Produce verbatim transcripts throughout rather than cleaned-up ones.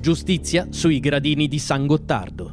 Giustizia sui gradini di San Gottardo.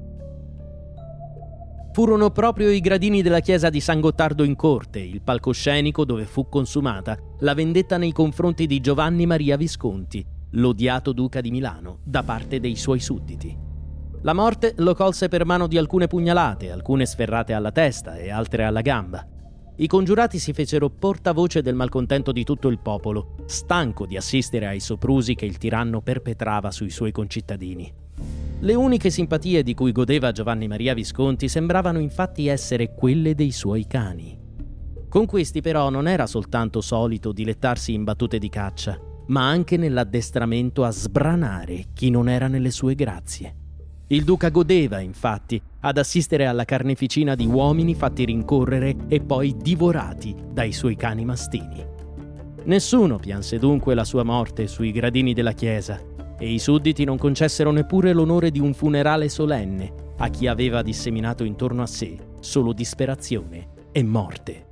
Furono proprio i gradini della chiesa di San Gottardo in Corte il palcoscenico dove fu consumata la vendetta nei confronti di Giovanni Maria Visconti, l'odiato duca di Milano, da parte dei suoi sudditi. La morte lo colse per mano di alcune pugnalate, alcune sferrate alla testa e altre alla gamba. I congiurati si fecero portavoce del malcontento di tutto il popolo, stanco di assistere ai soprusi che il tiranno perpetrava sui suoi concittadini. Le uniche simpatie di cui godeva Giovanni Maria Visconti sembravano infatti essere quelle dei suoi cani. Con questi però non era soltanto solito dilettarsi in battute di caccia, ma anche nell'addestramento a sbranare chi non era nelle sue grazie. Il duca godeva, infatti, ad assistere alla carneficina di uomini fatti rincorrere e poi divorati dai suoi cani mastini. Nessuno pianse dunque la sua morte sui gradini della chiesa, e i sudditi non concessero neppure l'onore di un funerale solenne a chi aveva disseminato intorno a sé solo disperazione e morte.